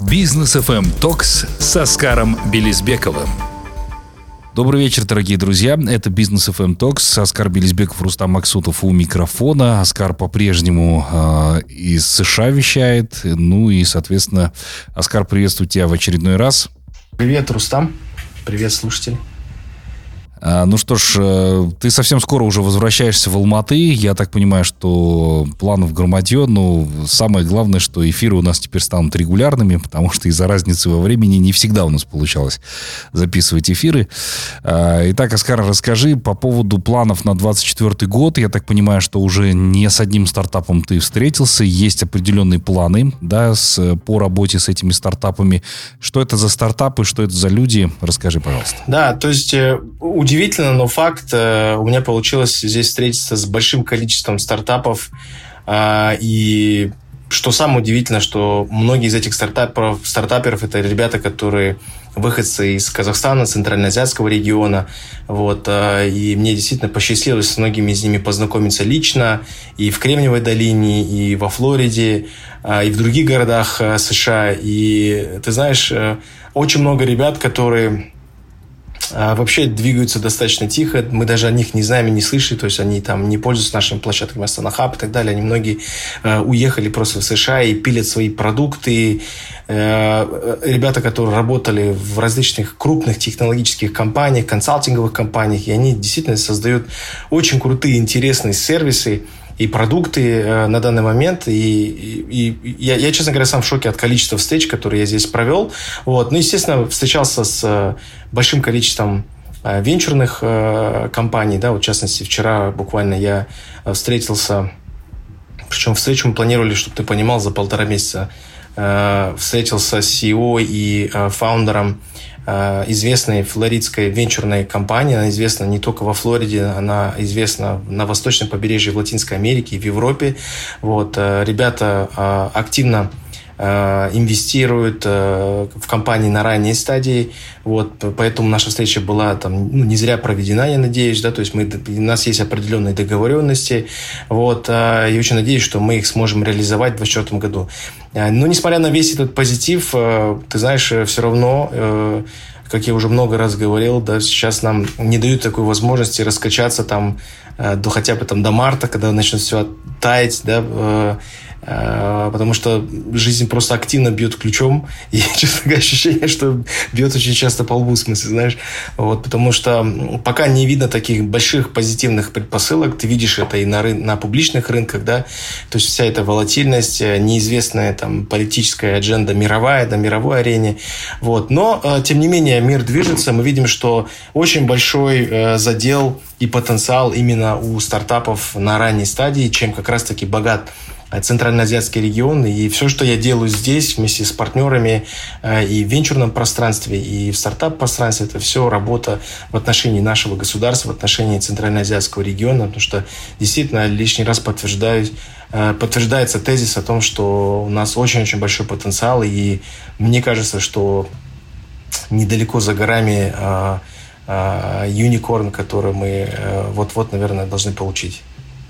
Бизнес FM Talks с Оскаром Белизбековым. Добрый вечер, дорогие друзья. Это Бизнес FM Talks. Оскар Белизбеков, Рустам Максутов у микрофона. Оскар по-прежнему из США вещает. Ну и, соответственно, Оскар, приветствую тебя в очередной раз. Привет, Рустам. Привет, слушатель. Ну что ж, ты совсем скоро уже возвращаешься в Алматы. Я так понимаю, что планов громадье. Но самое главное, что эфиры у нас теперь станут регулярными, потому что из-за разницы во времени не всегда у нас получалось записывать эфиры. Итак, Оскар, расскажи по поводу планов на 2024 год. Я так понимаю, что уже не с одним стартапом ты встретился. Есть определенные планы, да, по работе с этими стартапами. Что это за стартапы, что это за люди? Расскажи, пожалуйста. Да, то есть... Удивительно, но факт, у меня получилось здесь встретиться с большим количеством стартапов. И что самое удивительное, что многие из этих стартаперов это ребята, которые выходцы из Казахстана, Центральноазиатского региона. Вот, и мне действительно посчастливилось с многими из ними познакомиться лично и в Кремниевой долине, и во Флориде, и в других городах США. И ты знаешь, очень много ребят, которые... вообще двигаются достаточно тихо. Мы даже о них не знаем и не слышали. То есть они там не пользуются нашими площадками Астана Хаб и так далее. Они многие уехали просто в США и пилят свои продукты. Ребята, которые работали в различных крупных технологических компаниях, консалтинговых компаниях, и они действительно создают очень крутые, интересные сервисы и продукты на данный момент. И я, честно говоря, сам в шоке от количества встреч, которые я здесь провел. Вот. Ну, естественно, встречался с большим количеством венчурных компаний. Да? Вот, в частности, вчера буквально я встретился, причем встречу мы планировали, чтобы ты понимал, за 1,5 месяца. Встретился с CEO и фаундером известной флоридской венчурной компании. Она известна не только во Флориде, она известна на восточном побережье в Латинской Америке и в Европе. Вот. Ребята активно инвестируют в компании на ранней стадии. Вот, поэтому наша встреча была там, не зря проведена, я надеюсь. Да? То есть у нас есть определенные договоренности. Вот, и очень надеюсь, что мы их сможем реализовать в 2024 году. Но несмотря на весь этот позитив, ты знаешь, все равно... Как я уже много раз говорил, да, сейчас нам не дают такой возможности раскачаться там, до хотя бы там, до марта, когда начнет все таять, да, потому что жизнь просто активно бьет ключом, и, честно говоря, ощущение, что бьет очень часто по лбу, в смысле, знаешь, вот, потому что пока не видно таких больших позитивных предпосылок, ты видишь это и на публичных рынках, да, то есть вся эта волатильность, неизвестная там политическая адженда мировая, на мировой арене, вот, но, тем не менее, мир движется, мы видим, что очень большой задел и потенциал именно у стартапов на ранней стадии, чем как раз-таки богат Центральноазиатский регион. И все, что я делаю здесь вместе с партнерами и в венчурном пространстве, и в стартап-пространстве, это все работа в отношении нашего государства, в отношении Центральноазиатского региона, потому что действительно лишний раз подтверждается тезис о том, что у нас очень-очень большой потенциал, и мне кажется, что недалеко за горами юникорн, который мы вот-вот, наверное, должны получить.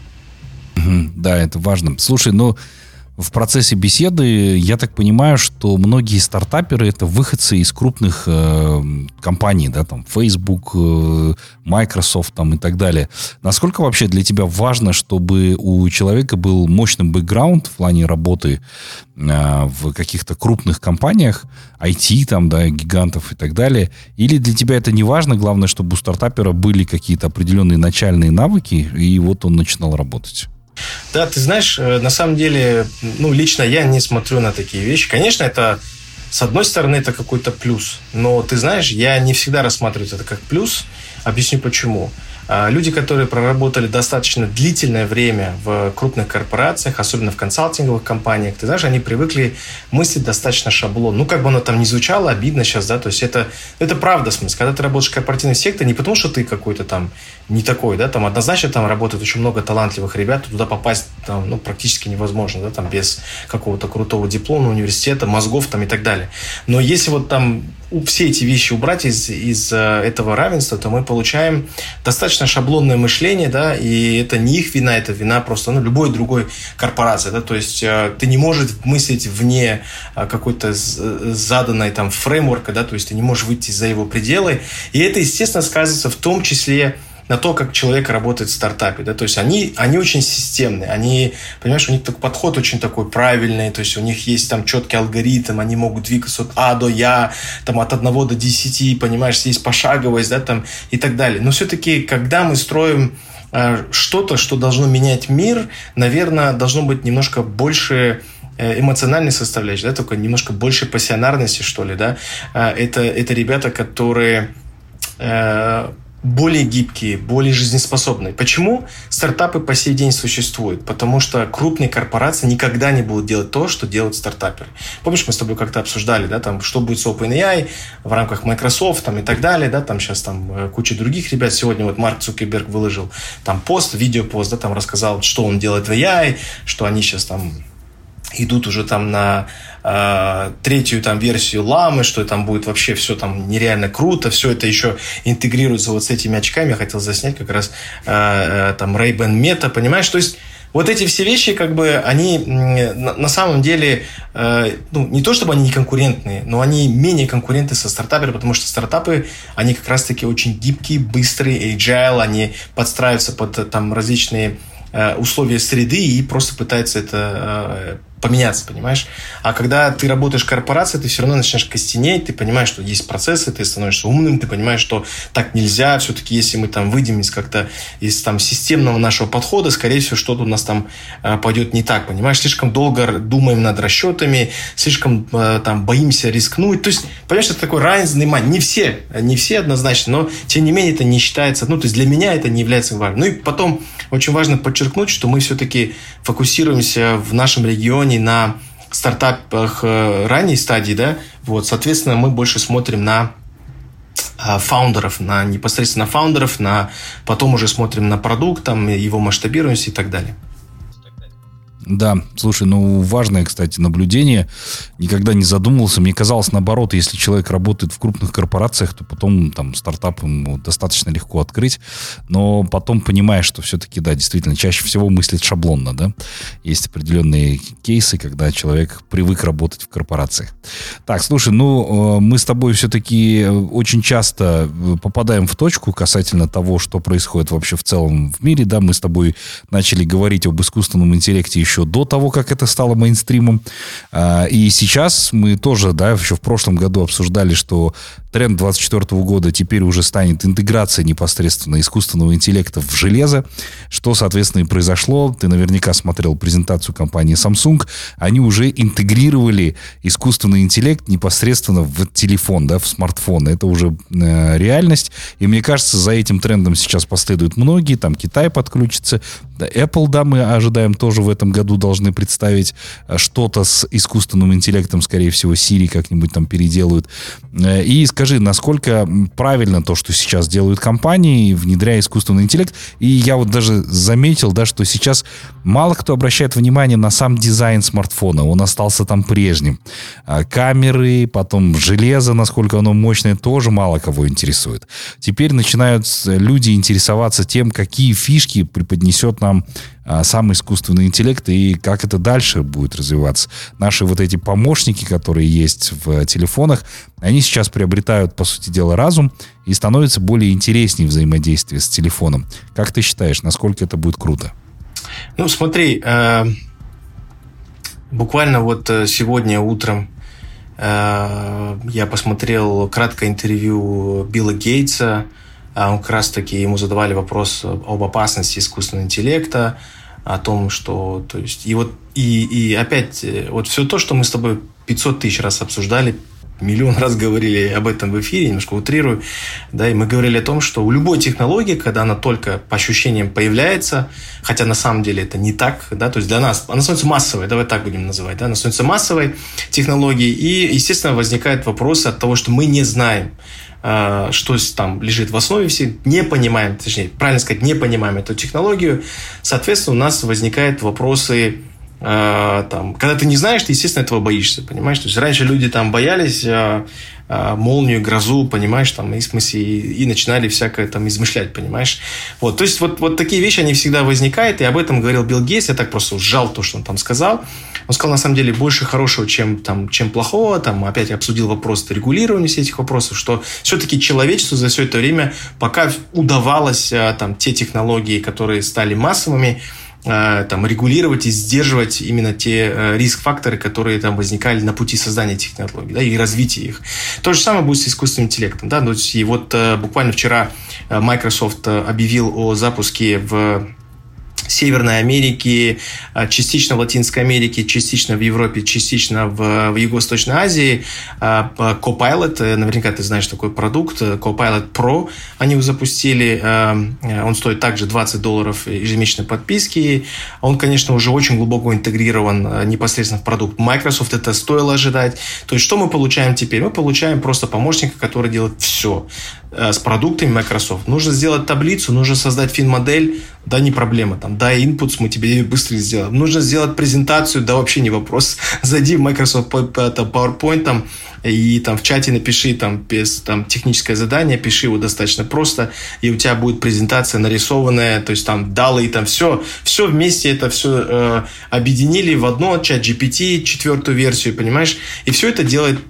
Да, это важно. Слушай, в процессе беседы я так понимаю, что многие стартаперы это выходцы из крупных компаний, да, там Facebook, Microsoft там, и так далее. Насколько вообще для тебя важно, чтобы у человека был мощный бэкграунд в плане работы в каких-то крупных компаниях, IT, там, да, гигантов и так далее? Или для тебя это не важно, главное, чтобы у стартапера были какие-то определенные начальные навыки, и вот он начинал работать? Да, ты знаешь, на самом деле, лично я не смотрю на такие вещи. Конечно, это, с одной стороны, это какой-то плюс. Но, ты знаешь, я не всегда рассматриваю это как плюс. Объясню почему. Люди, которые проработали достаточно длительное время в крупных корпорациях, особенно в консалтинговых компаниях, ты знаешь, они привыкли мыслить достаточно шаблон. Как бы оно там ни звучало, обидно сейчас, да, то есть это правда, в смысле, когда ты работаешь в корпоративном секторе, не потому что ты какой-то там не такой, да, там однозначно там работает очень много талантливых ребят, туда попасть там, ну, практически невозможно, да, там, без какого-то крутого диплома университета, мозгов там и так далее. Но если вот там все эти вещи убрать из этого равенства, то мы получаем достаточно шаблонное мышление, да, и это не их вина, это вина просто, ну, любой другой корпорации, да, то есть ты не можешь мыслить вне какой-то заданной там фреймворка, да, то есть ты не можешь выйти за его пределы, и это, естественно, сказывается в том числе на то, как человек работает в стартапе, да, то есть они очень системные, они, понимаешь, у них такой подход очень такой правильный, то есть у них есть там четкий алгоритм, они могут двигаться от А до Я, там от 1 до 10, понимаешь, есть пошаговость, да, там и так далее. Но все-таки, когда мы строим что-то, что должно менять мир, наверное, должно быть немножко больше эмоциональной составляющей, да, только немножко больше пассионарности, что ли, да. Это ребята, которые более гибкие, более жизнеспособные. Почему стартапы по сей день существуют? Потому что крупные корпорации никогда не будут делать то, что делают стартаперы. Помнишь, мы с тобой как-то обсуждали, да, там, что будет с OpenAI в рамках Microsoft там, и так далее, да, там сейчас там куча других ребят. Сегодня вот Марк Цукерберг выложил там пост, видеопост, да, там рассказал, что он делает в AI, что они сейчас там идут уже там на третью там версию ламы, что там будет вообще все там нереально круто, все это еще интегрируется вот с этими очками. Я хотел заснять как раз там Ray-Ban Meta, понимаешь? То есть вот эти все вещи, как бы, они на самом деле, ну, не то чтобы они не конкурентные, но они менее конкурентны со стартаперами, потому что стартапы, они как раз-таки очень гибкие, быстрые, agile, они подстраиваются под там различные условия среды и просто пытаются это поменяться, понимаешь? А когда ты работаешь в корпорации, ты все равно начинаешь костенеть, ты понимаешь, что есть процессы, ты становишься умным, ты понимаешь, что так нельзя. Все-таки, если мы там выйдем из там системного нашего подхода, скорее всего, что-то у нас там пойдет не так, понимаешь? Слишком долго думаем над расчетами, слишком там боимся рискнуть. То есть, понимаешь, это такой разный мань. Не все однозначно, но тем не менее это не считается, ну, то есть для меня это не является важным. Ну и потом очень важно подчеркнуть, что мы все-таки фокусируемся в нашем регионе на стартапах ранней стадии, да, вот, соответственно, мы больше смотрим на фаундеров, непосредственно фаундеров, потом уже смотрим на продукт, там, его масштабируемость и так далее. Да, слушай, ну, важное, кстати, наблюдение. Никогда не задумывался. Мне казалось, наоборот, если человек работает в крупных корпорациях, то потом там стартап ему достаточно легко открыть. Но потом понимаешь, что все-таки, да, действительно, чаще всего мыслит шаблонно, да. Есть определенные кейсы, когда человек привык работать в корпорациях. Так, слушай, ну, мы с тобой все-таки очень часто попадаем в точку касательно того, что происходит вообще в целом в мире, да. Мы с тобой начали говорить об искусственном интеллекте еще до того, как это стало мейнстримом. И сейчас мы тоже, да, еще в прошлом году обсуждали, что тренд 2024 года теперь уже станет интеграция непосредственно искусственного интеллекта в железо, что, соответственно, и произошло. Ты наверняка смотрел презентацию компании Samsung. Они уже интегрировали искусственный интеллект непосредственно в телефон, да, в смартфон. Это уже реальность. И мне кажется, за этим трендом сейчас последуют многие. Там Китай подключится. Apple, да, мы ожидаем тоже в этом году должны представить что-то с искусственным интеллектом, скорее всего, Siri как-нибудь там переделают. И скажи, насколько правильно то, что сейчас делают компании, внедряя искусственный интеллект. И я вот даже заметил, да, что сейчас мало кто обращает внимание на сам дизайн смартфона. Он остался там прежним. Камеры, потом железо, насколько оно мощное, тоже мало кого интересует. Теперь начинают люди интересоваться тем, какие фишки преподнесет нам сам искусственный интеллект и как это дальше будет развиваться. Наши вот эти помощники, которые есть в телефонах, они сейчас приобретают, по сути дела, разум и становятся более интереснее взаимодействие с телефоном. Как ты считаешь, насколько это будет круто? Ну, смотри, буквально вот сегодня утром я посмотрел краткое интервью Билла Гейтса. Он как раз-таки, ему задавали вопрос об опасности искусственного интеллекта, о том, что, то есть, и опять, вот все то, что мы с тобой 500 тысяч раз обсуждали, миллион раз говорили об этом в эфире, немножко утрирую, да, и мы говорили о том, что у любой технологии, когда она только по ощущениям появляется, хотя на самом деле это не так, да, то есть для нас она становится массовой, давай так будем называть, да, она становится массовой технологией, и, естественно, возникают вопросы от того, что мы не знаем, что там лежит в основе всей, не понимаем, точнее, правильно сказать, не понимаем эту технологию, соответственно, у нас возникают вопросы, когда ты не знаешь, ты, естественно, этого боишься, понимаешь? То есть раньше люди там боялись молнию, грозу, понимаешь, там, и, в смысле, и начинали всякое там измышлять, понимаешь? Вот, то есть вот такие вещи, они всегда возникают, и об этом говорил Билл Гейтс, я так просто сжал то, что он там сказал. Он сказал, на самом деле, больше хорошего, чем плохого, там, опять обсудил вопрос регулирования всех этих вопросов, что все-таки человечеству за все это время пока удавалось там те технологии, которые стали массовыми, там, регулировать и сдерживать именно те риск-факторы, которые там возникали на пути создания технологий, да, и развития их. То же самое будет с искусственным интеллектом. Да? И вот буквально вчера Microsoft объявил о запуске в Северной Америке, частично в Латинской Америке, частично в Европе, частично в Юго-Восточной Азии. Copilot, наверняка ты знаешь такой продукт, Copilot Pro, они его запустили. Он стоит также $20 ежемесячной подписки. Он, конечно, уже очень глубоко интегрирован непосредственно в продукт Microsoft. Это стоило ожидать. То есть, что мы получаем теперь? Мы получаем просто помощника, который делает все с продуктами Microsoft. Нужно сделать таблицу, нужно создать фин-модель, да, не проблема. Там, дай inputs, мы тебе быстро сделаем. Нужно сделать презентацию, да, вообще не вопрос. Зайди в Microsoft PowerPoint там, и там в чате напиши там, техническое задание, пиши его достаточно просто, и у тебя будет презентация нарисованная, то есть там далы, там все вместе это все объединили в одно, чат GPT, 4-ю версию, понимаешь? И все это делает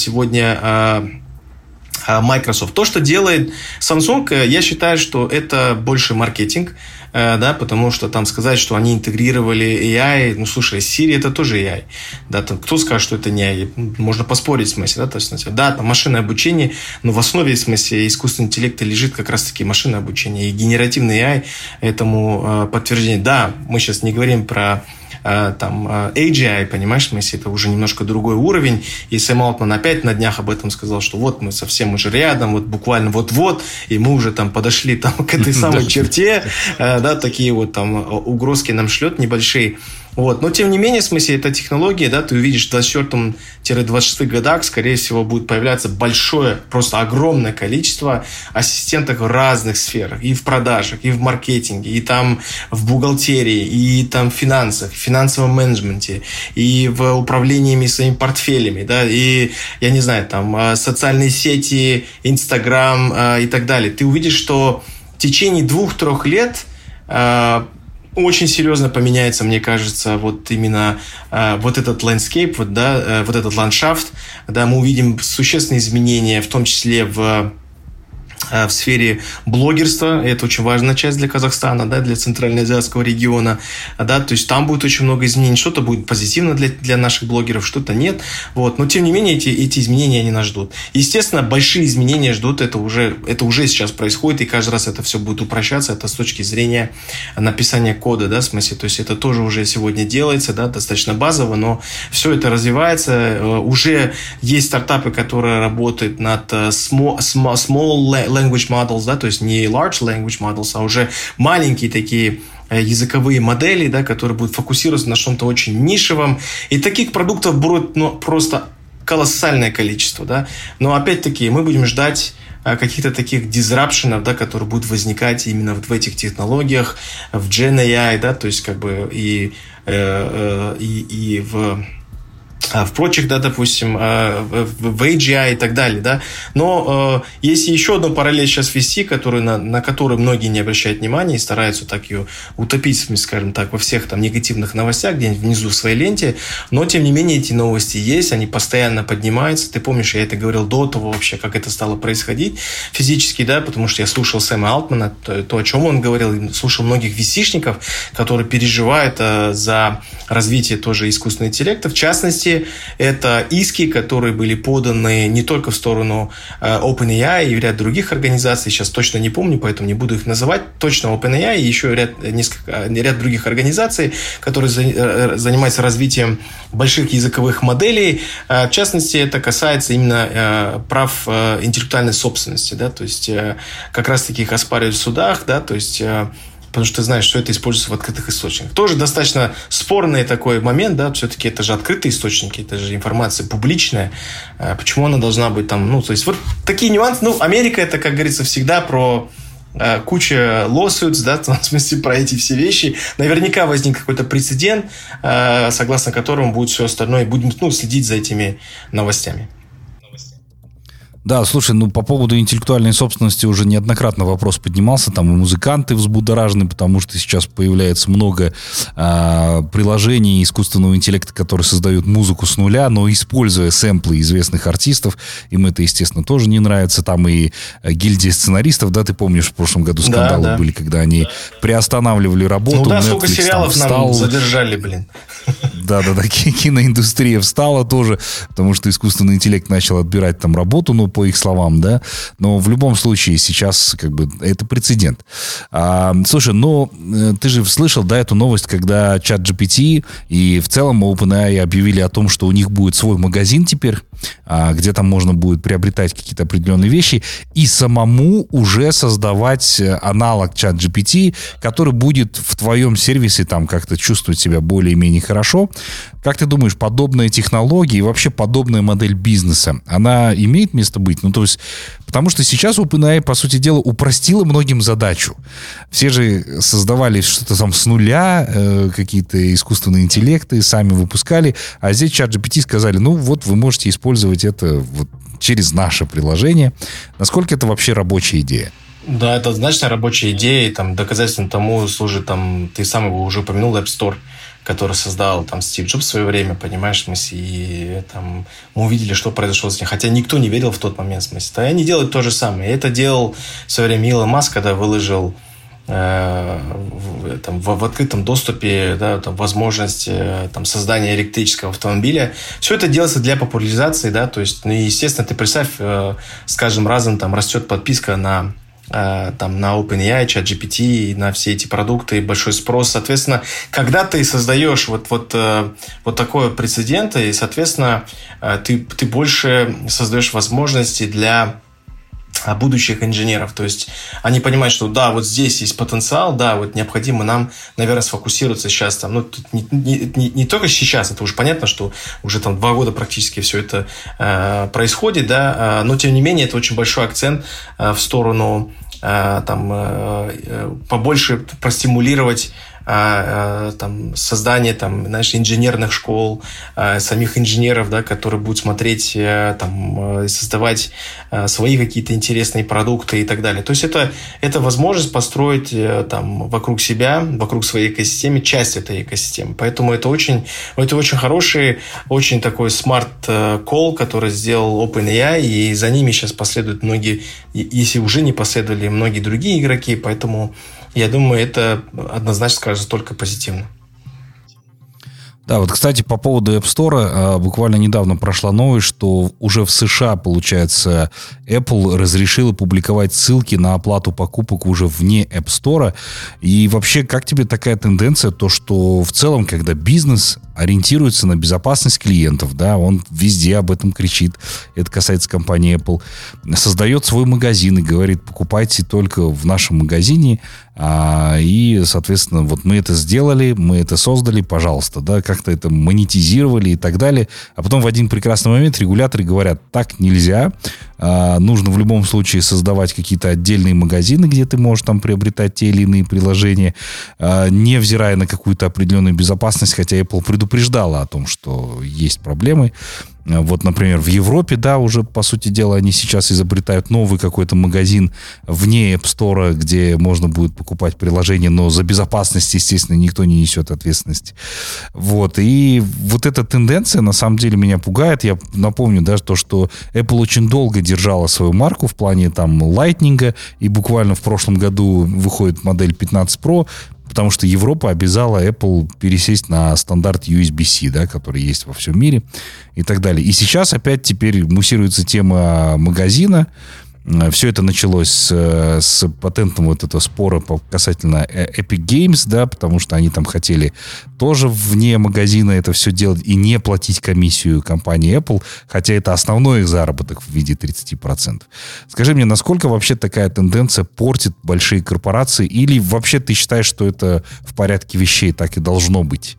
сегодня Microsoft. То, что делает Samsung, я считаю, что это больше маркетинг, да, потому что там сказать, что они интегрировали AI, ну, слушай, Siri это тоже AI, да, там, кто скажет, что это не AI, можно поспорить, в смысле, да, то есть, да, там машинное обучение, но в основе, в смысле, искусственного интеллекта лежит как раз-таки машинное обучение, и генеративный AI этому подтверждение. Да, мы сейчас не говорим про там AGI, понимаешь, в смысле, это уже немножко другой уровень, и Сэм Алтман опять на днях об этом сказал, что вот мы совсем уже рядом, вот буквально вот-вот, и мы уже там подошли там к этой самой черте, да, такие вот там угрозки нам шлет небольшие. Вот. Но, тем не менее, в смысле, эта технология, да, ты увидишь в 24-26 годах, скорее всего, будет появляться большое, просто огромное количество ассистентов в разных сферах. И в продажах, и в маркетинге, и там в бухгалтерии, и там в финансах, в финансовом менеджменте, и в управлении своими портфелями, да, и, я не знаю, там, социальные сети, Инстаграм и так далее. Ты увидишь, что в течение 2-3 лет очень серьезно поменяется, мне кажется, вот именно вот этот landscape, вот, да, вот этот ландшафт, да, мы увидим существенные изменения, в том числе в сфере блогерства. Это очень важная часть для Казахстана, да, для Центральноазиатского региона. Да, то есть там будет очень много изменений. Что-то будет позитивно для наших блогеров, что-то нет. Вот. Но тем не менее эти изменения они нас ждут. Естественно, большие изменения ждут. Это уже сейчас происходит, и каждый раз это все будет упрощаться. Это с точки зрения написания кода, да, в смысле. То есть это тоже уже сегодня делается, да, достаточно базово, но все это развивается. Уже есть стартапы, которые работают над small language models, да, то есть не large language models, а уже маленькие такие языковые модели, да, которые будут фокусироваться на чем-то очень нишевом. И таких продуктов будет, ну, просто колоссальное количество, да. Но опять-таки мы будем ждать каких-то таких дизрапшенов, да, которые будут возникать именно вот в этих технологиях, в Gen AI, да, то есть как бы и в прочих, да, допустим, в AGI и так далее, да. Но если еще одну параллель сейчас ввести, на которую многие не обращают внимания и стараются так ее утопить, скажем так, во всех там негативных новостях, где-нибудь внизу в своей ленте, но, тем не менее, эти новости есть, они постоянно поднимаются. Ты помнишь, я это говорил до того вообще, как это стало происходить физически, да, потому что я слушал Сэма Алтмана, то, о чем он говорил, слушал многих VC-шников, которые переживают за развитие тоже искусственного интеллекта, в частности, это иски, которые были поданы не только в сторону OpenAI и ряд других организаций, сейчас точно не помню, поэтому не буду их называть, точно OpenAI и еще ряд других организаций, которые занимаются развитием больших языковых моделей. В частности, это касается именно прав интеллектуальной собственности, да, то есть как раз-таки их оспаривают в судах, да, то есть потому что ты знаешь, что это используется в открытых источниках. Тоже достаточно спорный такой момент, да, все-таки это же открытые источники, это же информация публичная. Почему она должна быть там, ну, то есть вот такие нюансы. Ну, Америка это, как говорится, всегда про куча lawsuits, да, в смысле про эти все вещи. Наверняка возник какой-то прецедент, согласно которому будет все остальное, и будем, ну, следить за этими новостями. Да, слушай, ну по поводу интеллектуальной собственности уже неоднократно вопрос поднимался, там и музыканты взбудоражены, потому что сейчас появляется много приложений искусственного интеллекта, которые создают музыку с нуля, но используя сэмплы известных артистов, им это, естественно, тоже не нравится, там и гильдия сценаристов, да, ты помнишь, в прошлом году скандалы были, когда они приостанавливали работу, ну да, Netflix сколько сериалов нам задержали, блин. Да-да-да, киноиндустрия встала тоже, потому что искусственный интеллект начал отбирать там работу, ну, по их словам, да, но в любом случае сейчас как бы это прецедент. Слушай, ну, ты же слышал, да, эту новость, когда ChatGPT и в целом OpenAI объявили о том, что у них будет свой магазин теперь, где там можно будет приобретать какие-то определенные вещи и самому уже создавать аналог ChatGPT, который будет в твоем сервисе там как-то чувствовать себя более-менее хорошо. Как ты думаешь, подобная технология и вообще подобная модель бизнеса, она имеет место быть? Ну, то есть, потому что сейчас OpenAI, по сути дела, упростила многим задачу. Все же создавали что-то там с нуля, какие-то искусственные интеллекты, сами выпускали, а здесь ChatGPT сказали, ну, вот вы можете использовать это вот через наше приложение. Насколько это вообще рабочая идея? Да, это однозначно рабочая идея, и там доказательством тому служит, там, ты сам его уже упомянул, App Store, который создал там Стив Джобс в свое время, понимаешь, в смысле, и там мы увидели, что произошло с ним, хотя никто не верил в тот момент, в смысле, да, и они делают то же самое. И это делал в свое время Илон Маск, когда выложил в открытом доступе, да, там, возможность там, создания электрического автомобиля. Все это делается для популяризации, да, то есть, ну, естественно, ты представь, с каждым разом там растет подписка на OpenAI, ChatGPT, на все эти продукты, большой спрос. Соответственно, когда ты создаешь вот такой прецедент, и, соответственно, ты больше создаешь возможности для будущих инженеров. То есть они понимают, что да, вот здесь есть потенциал, да, вот необходимо нам, наверное, сфокусироваться сейчас там, ну, не только сейчас, это уже понятно, что уже там 2 года практически все это происходит, да, но тем не менее это очень большой акцент в сторону побольше простимулировать там, создание там, знаешь, инженерных школ, самих инженеров, да, которые будут смотреть, там, создавать свои какие-то интересные продукты и так далее. То есть это возможность построить там, вокруг себя, вокруг своей экосистемы, часть этой экосистемы. Поэтому это очень хороший, очень такой смарт-колл, который сделал OpenAI, и за ними сейчас последуют многие, если уже не последовали, многие другие игроки, поэтому я думаю, это однозначно скажется только позитивно. Да, вот, кстати, по поводу App Store, буквально недавно прошла новость, что уже в США, получается, Apple разрешила публиковать ссылки на оплату покупок уже вне App Store. И вообще, как тебе такая тенденция, то, что в целом, когда бизнес ориентируется на безопасность клиентов, да, он везде об этом кричит, это касается компании Apple, создает свой магазин и говорит, покупайте только в нашем магазине, и, соответственно, вот мы это сделали, мы это создали, пожалуйста, да, как-то это монетизировали и так далее. А потом в один прекрасный момент регуляторы говорят, так нельзя, нужно в любом случае создавать какие-то отдельные магазины, где ты можешь там приобретать те или иные приложения, невзирая на какую-то определенную безопасность, хотя Apple предупреждала о том, что есть проблемы. Вот, например, в Европе, да, уже, по сути дела, они сейчас изобретают новый какой-то магазин вне App Store, где можно будет покупать приложения, но за безопасность, естественно, никто не несет ответственности. Вот, и вот эта тенденция, на самом деле, меня пугает. Я напомню, да, то, что Apple очень долго держала свою марку в плане там Lightning, и буквально в прошлом году выходит модель 15 Pro, потому что Европа обязала Apple пересесть на стандарт USB-C, да, который есть во всем мире и так далее. И сейчас опять теперь муссируется тема магазина, Все это началось с патентного вот этого спора касательно Epic Games, да, потому что они там хотели тоже вне магазина это все делать и не платить комиссию компании Apple, хотя это основной их заработок в виде 30%. Скажи мне, насколько вообще такая тенденция портит большие корпорации, или вообще ты считаешь, что это в порядке вещей, так и должно быть?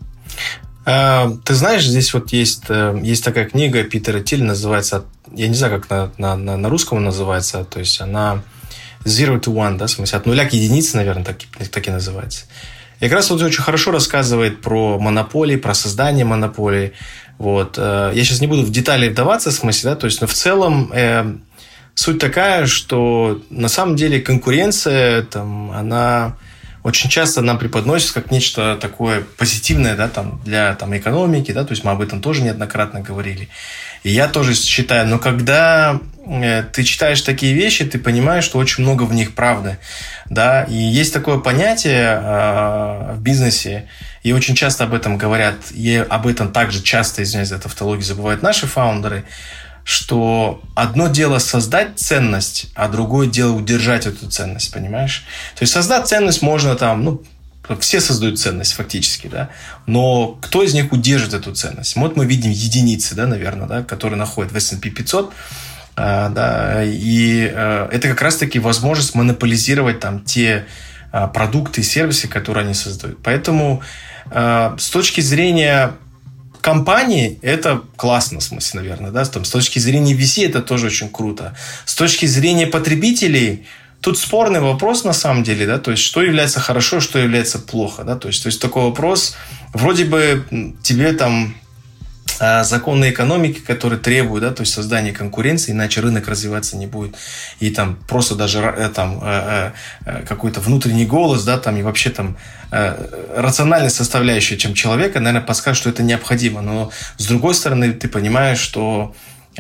Ты знаешь, здесь вот есть такая книга Питера Тиль, называется, я не знаю, как на русском она называется, то есть она Zero to One, да, в смысле, от нуля к единице, наверное, так и называется. И как раз вот очень хорошо рассказывает про монополии, про создание монополий. Вот. Я сейчас не буду в детали вдаваться, в смысле, да, то есть, но в целом суть такая, что на самом деле конкуренция, там, она очень часто нам преподносится как нечто такое позитивное, да, там, для там, экономики, да, то есть мы об этом тоже неоднократно говорили. И я тоже считаю, но когда ты читаешь такие вещи, ты понимаешь, что очень много в них правды, да, и есть такое понятие в бизнесе, и очень часто об этом говорят, и об этом также часто, извиняюсь за тавтологию, забывают наши фаундеры, что одно дело создать ценность, а другое дело удержать эту ценность, понимаешь? То есть создать ценность можно там, ну, все создают ценность фактически, да, но кто из них удержит эту ценность? Вот мы видим единицы, да, наверное, да, которые находят в S&P 500, да, и это как раз-таки возможность монополизировать там те продукты и сервисы, которые они создают. Поэтому с точки зрения компании это классно, в смысле, наверное, да, там, с точки зрения VC это тоже очень круто. С точки зрения потребителей тут спорный вопрос на самом деле, да, то есть что является хорошо, что является плохо, да, то есть такой вопрос, вроде бы тебе там законы экономики, которые требуют, да, то есть создания конкуренции, иначе рынок развиваться не будет. И там просто даже там какой-то внутренний голос, да, там и вообще там рациональная составляющая, чем человека, наверное, подскажет, что это необходимо. Но с другой стороны, ты понимаешь, что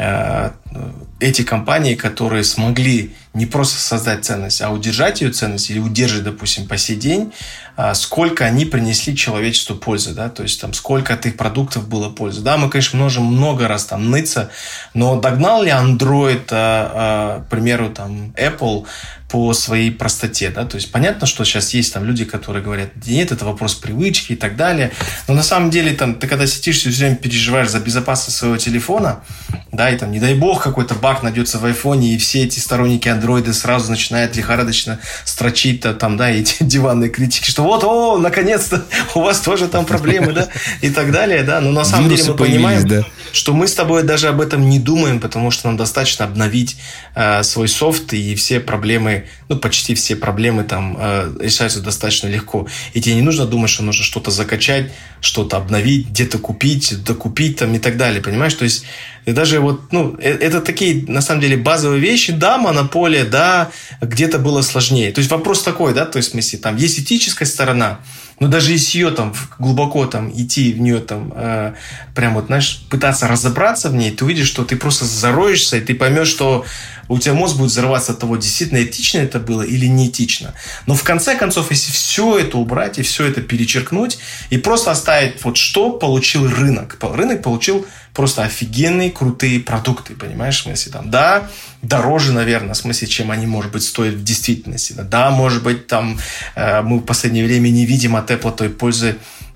эти компании, которые смогли не просто создать ценность, а удержать ее ценность или удерживать, допустим, по сей день, сколько они принесли человечеству пользы, да, то есть там сколько от их продуктов было пользы. Да, мы, конечно, можем много раз там ныться, но догнал ли Android, к примеру, там Apple по своей простоте, да, то есть понятно, что сейчас есть там люди, которые говорят, нет, это вопрос привычки и так далее, но на самом деле там ты когда сидишь все время переживаешь за безопасность своего телефона, да, и там, не дай бог, какой-то баг найдется в айфоне, и все эти сторонники андроида сразу начинают лихорадочно строчить там, да, эти диванные критики, что вот, наконец-то у вас тоже там проблемы, да, и так далее, да, но на самом деле мы понимаем, да, что мы с тобой даже об этом не думаем, потому что нам достаточно обновить свой софт, и все проблемы, ну, почти все проблемы там решаются достаточно легко. И тебе не нужно думать, что нужно что-то закачать, что-то обновить, где-то купить, докупить там и так далее, понимаешь? То есть даже вот, ну, это такие, на самом деле, базовые вещи, да, монополия, да, где-то было сложнее. То есть вопрос такой, да, то есть в смысле, там есть этическая сторона, но даже если ее там глубоко там идти в нее там прям вот, знаешь, пытаться разобраться в ней, ты увидишь, что ты просто зароешься, и ты поймешь, что у тебя мозг будет взрываться от того, действительно этично это было или неэтично. Но в конце концов, если все это убрать и все это перечеркнуть, и просто оставить вот что получил рынок. Рынок получил просто офигенные, крутые продукты, понимаешь, в смысле, там, да, дороже, наверное, в смысле, чем они, может быть, стоят в действительности. Да, может быть, там мы в последнее время не видим от Apple той пользы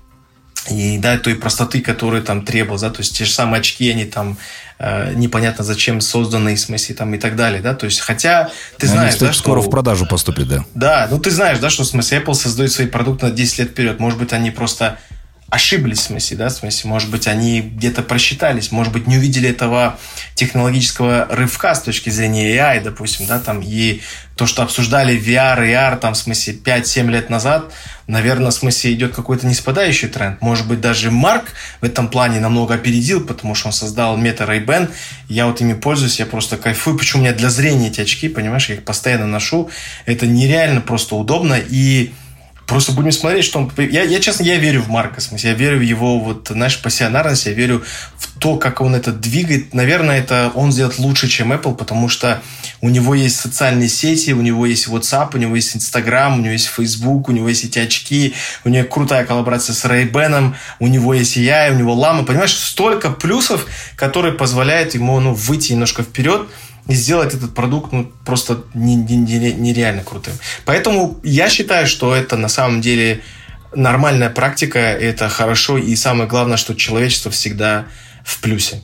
и, да, той простоты, которую там требовал, да, то есть те же самые очки, они там непонятно зачем созданы, в смысле, там, и так далее, да, то есть, хотя ты знаешь, они, кстати, да, что скоро в продажу поступят, да. Да, ну ты знаешь, да, что, в смысле, Apple создает свои продукты на 10 лет вперед, может быть, они просто ошиблись, в смысле, да, в смысле, может быть, они где-то просчитались, может быть, не увидели этого технологического рывка с точки зрения AI, допустим, да, там, и то, что обсуждали VR, AR, там, в смысле, 5-7 лет назад, наверное, в смысле, идет какой-то неспадающий тренд. Может быть, даже Марк в этом плане намного опередил, потому что он создал Meta Ray-Ban, я вот ими пользуюсь, я просто кайфую, почему у меня для зрения эти очки, понимаешь, я их постоянно ношу, это нереально просто удобно, и просто будем смотреть, что он... честно, я верю в Марка, в смысле, я верю в его, вот, знаешь, пассионарность, я верю в то, как он это двигает. Наверное, это он сделает лучше, чем Apple, потому что у него есть социальные сети, у него есть WhatsApp, у него есть Instagram, у него есть Facebook, у него есть эти очки, у него крутая коллаборация с Ray-Ban, у него есть AI, у него Llama, понимаешь, столько плюсов, которые позволяют ему, ну, выйти немножко вперед сделать этот продукт просто нереально крутым. Поэтому я считаю, что это на самом деле нормальная практика, это хорошо, и самое главное, что человечество всегда в плюсе.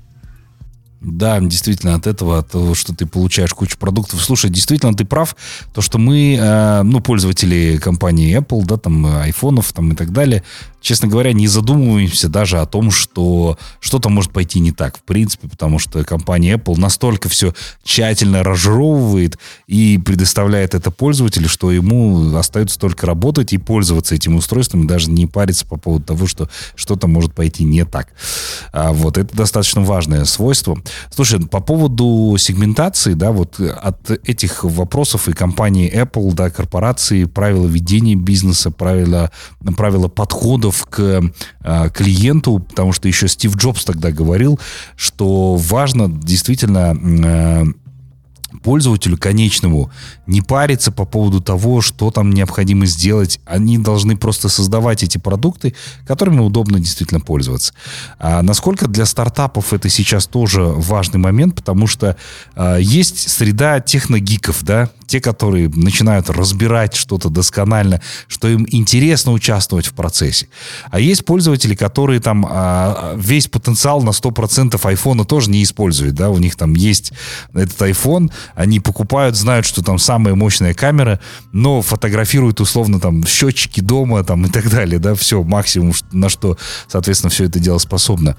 Да, действительно, от этого, от того, что ты получаешь кучу продуктов. Слушай, действительно, ты прав. То, что мы, пользователи компании Apple, да, там, айфонов, там, и так далее, честно говоря, не задумываемся даже о том, что что-то может пойти не так, в принципе, потому что компания Apple настолько все тщательно разжевывает и предоставляет это пользователю, что ему остается только работать и пользоваться этим устройством, и даже не париться по поводу того, что что-то может пойти не так. Вот, это достаточно важное свойство. Слушай, по поводу сегментации, да, вот от этих вопросов и компании Apple, да, корпорации, правила ведения бизнеса, правила подходов к клиенту, потому что еще Стив Джобс тогда говорил, что важно действительно пользователю конечному не париться по поводу того, что там необходимо сделать. Они должны просто создавать эти продукты, которыми удобно действительно пользоваться. А насколько для стартапов это сейчас тоже важный момент, потому что есть среда техногиков, да, те, которые начинают разбирать что-то досконально, что им интересно участвовать в процессе. А есть пользователи, которые там весь потенциал на 100% айфона тоже не используют, да, у них там есть этот iPhone, они покупают, знают, что там самая мощная камера, но фотографируют условно там счетчики дома там, и так далее, да, все, максимум, на что, соответственно, все это дело способно.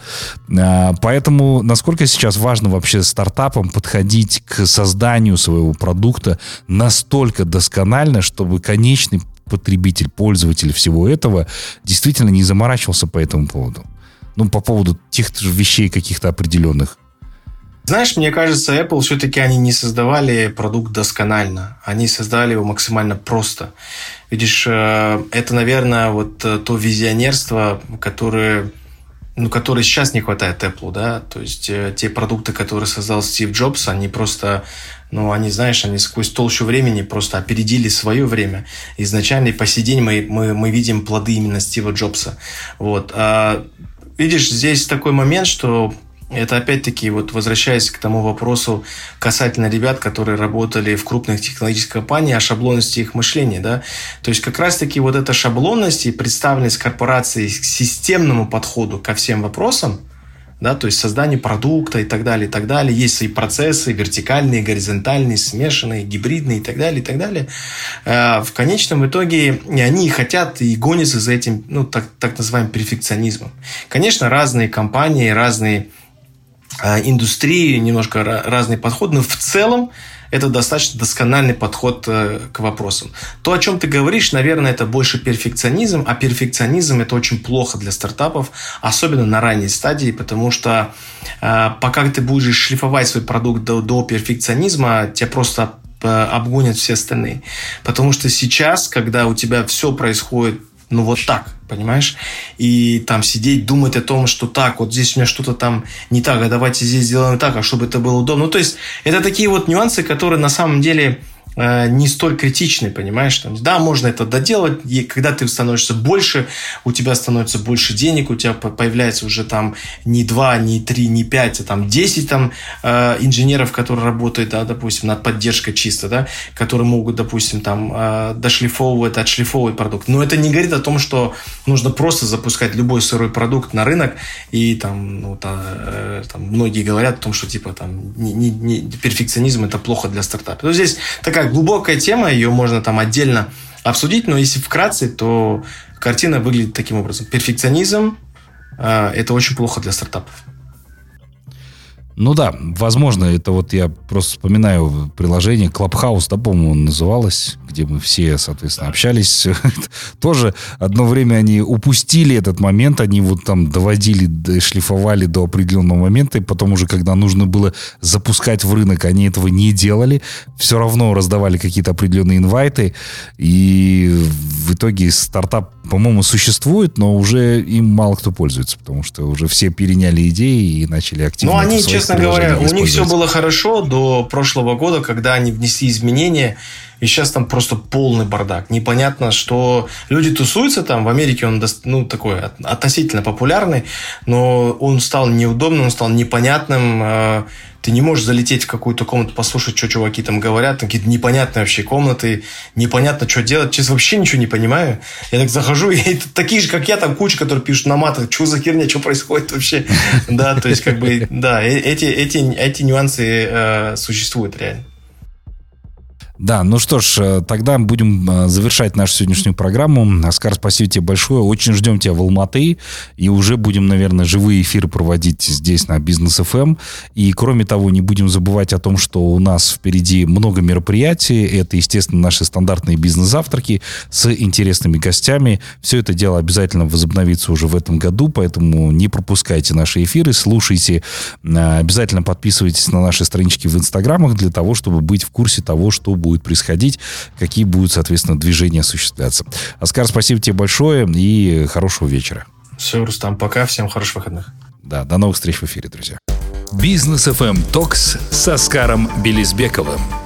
Поэтому насколько сейчас важно вообще стартапам подходить к созданию своего продукта настолько досконально, чтобы конечный потребитель, пользователь всего этого действительно не заморачивался по этому поводу? Ну, по поводу тех же вещей каких-то определенных. Знаешь, мне кажется, Apple все-таки они не создавали продукт досконально. Они создали его максимально просто. Видишь, это, наверное, вот то визионерство, которое сейчас не хватает Apple, да. То есть те продукты, которые создал Стив Джобс, они просто, они сквозь толщу времени просто опередили свое время. Изначально и по сей день мы видим плоды именно Стива Джобса. Вот. Видишь, здесь такой момент, что это опять-таки, вот возвращаясь к тому вопросу касательно ребят, которые работали в крупных технологических компаниях, о шаблонности их мышления, да, то есть как раз-таки вот эта шаблонность и представленность корпорации к системному подходу ко всем вопросам, да, то есть созданию продукта и так далее, есть свои процессы вертикальные, горизонтальные, смешанные, гибридные и так далее, в конечном итоге они хотят и гонятся за этим, так называемым перфекционизмом. Конечно, разные компании, разные индустрии, немножко разный подход, но в целом это достаточно доскональный подход к вопросам. То, о чем ты говоришь, наверное, это больше перфекционизм, а перфекционизм – это очень плохо для стартапов, особенно на ранней стадии, потому что пока ты будешь шлифовать свой продукт до перфекционизма, тебя просто обгонят все остальные. Потому что сейчас, когда у тебя все происходит вот так, понимаешь? И там сидеть, думать о том, что так, вот здесь у меня что-то там не так, а давайте здесь сделаем так, а чтобы это было удобно. То есть, это такие вот нюансы, которые на самом деле не столь критичны, понимаешь? Да, можно это доделать, и когда ты становишься больше, у тебя становится больше денег, у тебя появляется уже там не 2, не 3, не 5, а там 10 там, инженеров, которые работают, да, допустим, над поддержкой чисто, да, которые могут, допустим, там дошлифовывать, отшлифовывать продукт. Но это не говорит о том, что нужно просто запускать любой сырой продукт на рынок, и там, там многие говорят о том, что типа там перфекционизм – это плохо для стартапа. Но здесь такая глубокая тема, ее можно там отдельно обсудить, но если вкратце, то картина выглядит таким образом. Перфекционизм это очень плохо для стартапов. Ну да, возможно, это вот я просто вспоминаю приложение Clubhouse, да, по-моему, называлось, где мы все, соответственно, общались. Тоже одно время они упустили этот момент, они вот там доводили, шлифовали до определенного момента, и потом уже, когда нужно было запускать в рынок, они этого не делали, все равно раздавали какие-то определенные инвайты, и в итоге стартап, по-моему, существует, но уже им мало кто пользуется, потому что уже все переняли идеи и начали активно. Ну, они, честно говоря, у них все было хорошо до прошлого года, когда они внесли изменения. и сейчас там просто полный бардак. Непонятно, что люди тусуются там. В Америке он такой относительно популярный, но он стал неудобным, он стал непонятным. Ты не можешь залететь в какую-то комнату, послушать, что чуваки там говорят. Там какие-то непонятные вообще комнаты. Непонятно, что делать. Честно, вообще ничего не понимаю. Я так захожу, и такие же, как я, там куча, которые пишут на матах. Что за херня, что происходит вообще? Да, то есть, эти нюансы существуют реально. Да, ну что ж, тогда будем завершать нашу сегодняшнюю программу. Оскар, спасибо тебе большое. Очень ждем тебя в Алматы. И уже будем, наверное, живые эфиры проводить здесь на Бизнес ФМ. И, кроме того, не будем забывать о том, что у нас впереди много мероприятий. Это, естественно, наши стандартные бизнес-завтраки с интересными гостями. Все это дело обязательно возобновится уже в этом году, поэтому не пропускайте наши эфиры, слушайте. Обязательно подписывайтесь на наши странички в Инстаграмах для того, чтобы быть в курсе того, что будет происходить, какие будут, соответственно, движения осуществляться. Оскар, спасибо тебе большое и хорошего вечера. Все, Рустам, пока. Всем хороших выходных. Да, до новых встреч в эфире, друзья. Бизнес FM Talks с Оскаром Белизбековым.